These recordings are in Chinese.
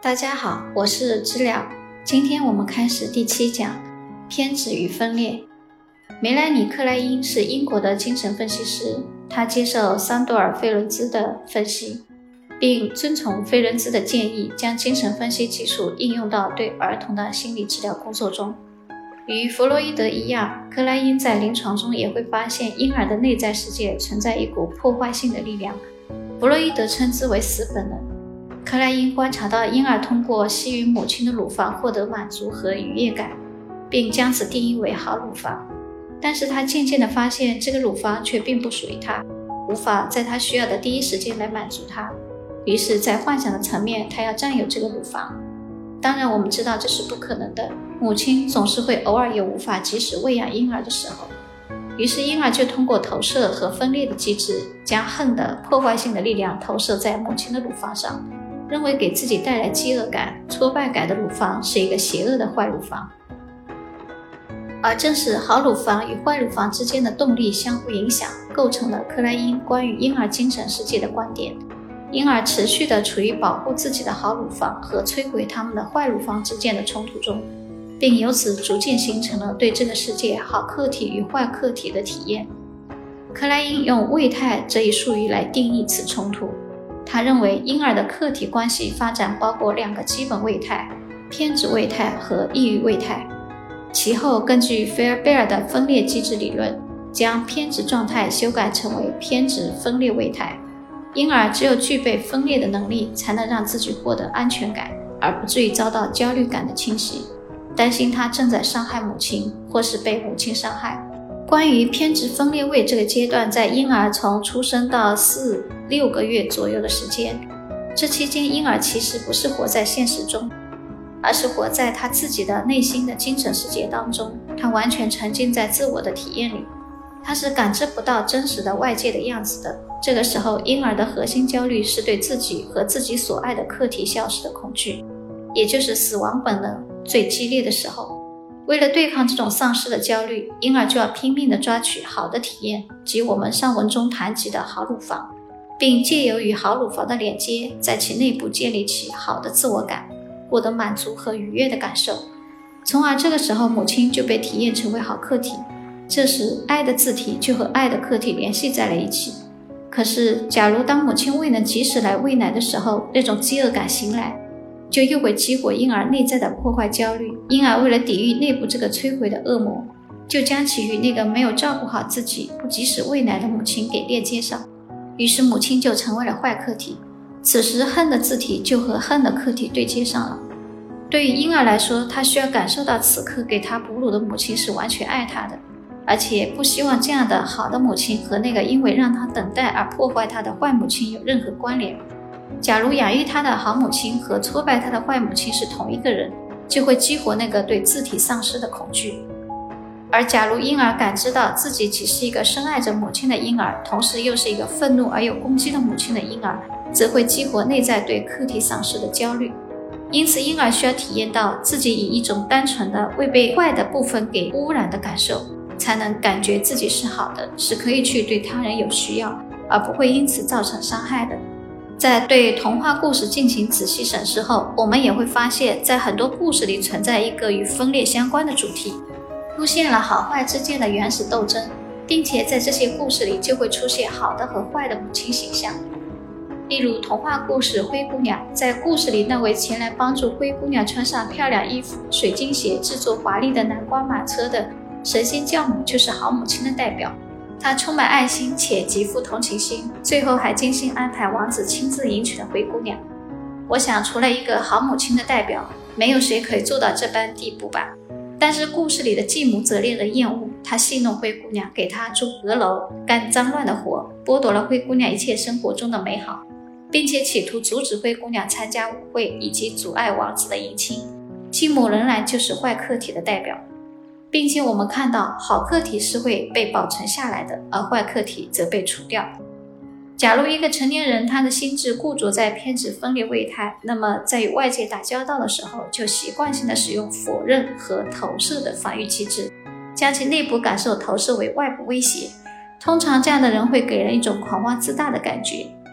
大家好，我是知了。今天我们开始第7讲，偏执与分裂。梅兰妮·克莱因是英国的精神分析师，他接受桑多尔·费伦兹的分析，并遵从费伦兹的建议，将精神分析技术应用到对儿童的心理治疗工作中。与弗洛伊德一样，克莱因在临床中也会发现婴儿的内在世界存在一股破坏性的力量，弗洛伊德称之为死本能。克莱因观察到婴儿通过吸吮母亲的乳房获得满足和愉悦感，并将此定义为好乳房。但是他渐渐地发现，这个乳房却并不属于他，无法在他需要的第一时间来满足他。于是在幻想的层面，他要占有这个乳房。当然我们知道这是不可能的，母亲总是会偶尔有无法及时喂养婴儿的时候。于是婴儿就通过投射和分裂的机制，将恨的破坏性的力量投射在母亲的乳房上，认为给自己带来饥饿感、挫败感的乳房是一个邪恶的坏乳房。而正是好乳房与坏乳房之间的动力相互影响，构成了克莱因关于婴儿精神世界的观点。婴儿持续地处于保护自己的好乳房和摧毁他们的坏乳房之间的冲突中，并由此逐渐形成了对这个世界好客体与坏客体的体验。克莱因用位态这一术语来定义此冲突。他认为婴儿的客体关系发展包括2个基本位态，偏执位态和抑郁位态。其后根据菲尔贝尔的分裂机制理论，将偏执状态修改成为偏执分裂位态。婴儿只有具备分裂的能力，才能让自己获得安全感，而不至于遭到焦虑感的侵袭，担心他正在伤害母亲，或是被母亲伤害。关于偏执分裂位这个阶段，在婴儿从出生到4-6个月左右的时间，这期间婴儿其实不是活在现实中，而是活在他自己的内心的精神世界当中，他完全沉浸在自我的体验里，他是感知不到真实的外界的样子的。这个时候婴儿的核心焦虑是对自己和自己所爱的客体消失的恐惧，也就是死亡本能最激烈的时候。为了对抗这种丧失的焦虑，婴儿就要拼命地抓取好的体验，即我们上文中谈及的好乳房，并借由与好乳房的连接，在其内部建立起好的自我感，获得满足和愉悦的感受。从而这个时候母亲就被体验成为好客体，这时爱的自体就和爱的客体联系在了一起。可是假如当母亲未能及时来喂奶的时候，那种饥饿感袭来，就又会激活婴儿内在的破坏焦虑。婴儿为了抵御内部这个摧毁的恶魔，就将其与那个没有照顾好自己、不及时喂奶的母亲给链接上，于是母亲就成为了坏客体。此时恨的自体就和恨的客体对接上了。对于婴儿来说，他需要感受到此刻给他哺乳的母亲是完全爱他的，而且不希望这样的好的母亲和那个因为让他等待而破坏他的坏母亲有任何关联。假如养育他的好母亲和挫败他的坏母亲是同一个人，就会激活那个对自体丧失的恐惧。而假如婴儿感知到自己只是一个深爱着母亲的婴儿，同时又是一个愤怒而有攻击的母亲的婴儿，则会激活内在对客体丧失的焦虑。因此婴儿需要体验到自己以一种单纯的未被坏的部分给污染的感受，才能感觉自己是好的，是可以去对他人有需要，而不会因此造成伤害的。在对童话故事进行仔细审视后，我们也会发现，在很多故事里存在一个与分裂相关的主题，出现了好坏之间的原始斗争，并且在这些故事里就会出现好的和坏的母亲形象。例如童话故事《灰姑娘》，在故事里那位前来帮助灰姑娘穿上漂亮衣服、水晶鞋、制作华丽的南瓜马车的神仙教母就是好母亲的代表。她充满爱心且极富同情心，最后还精心安排王子亲自迎娶了灰姑娘。我想除了一个好母亲的代表，没有谁可以做到这般地步吧。但是故事里的继母则令人厌恶，她戏弄灰姑娘，给她住阁楼，干脏乱的活，剥夺了灰姑娘一切生活中的美好，并且企图阻止灰姑娘参加舞会，以及阻碍王子的迎亲。继母仍然就是坏客体的代表，并且我们看到好客体是会被保存下来的，而坏客体则被除掉。假如一个成年人他的心智固着在偏执分裂位态，那么在与外界打交道的时候，就习惯性的使用否认和投射的防御机制，将其内部感受投射为外部威胁。通常这样的人会给人一种狂妄自大的感觉，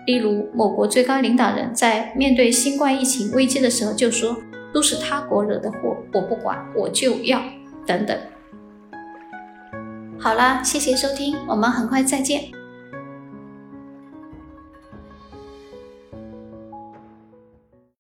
例如某国最高领导人在面对新冠疫情危机的时候就说，都是他国惹的祸，我不管，我就要等等。好啦，谢谢收听，我们很快再见。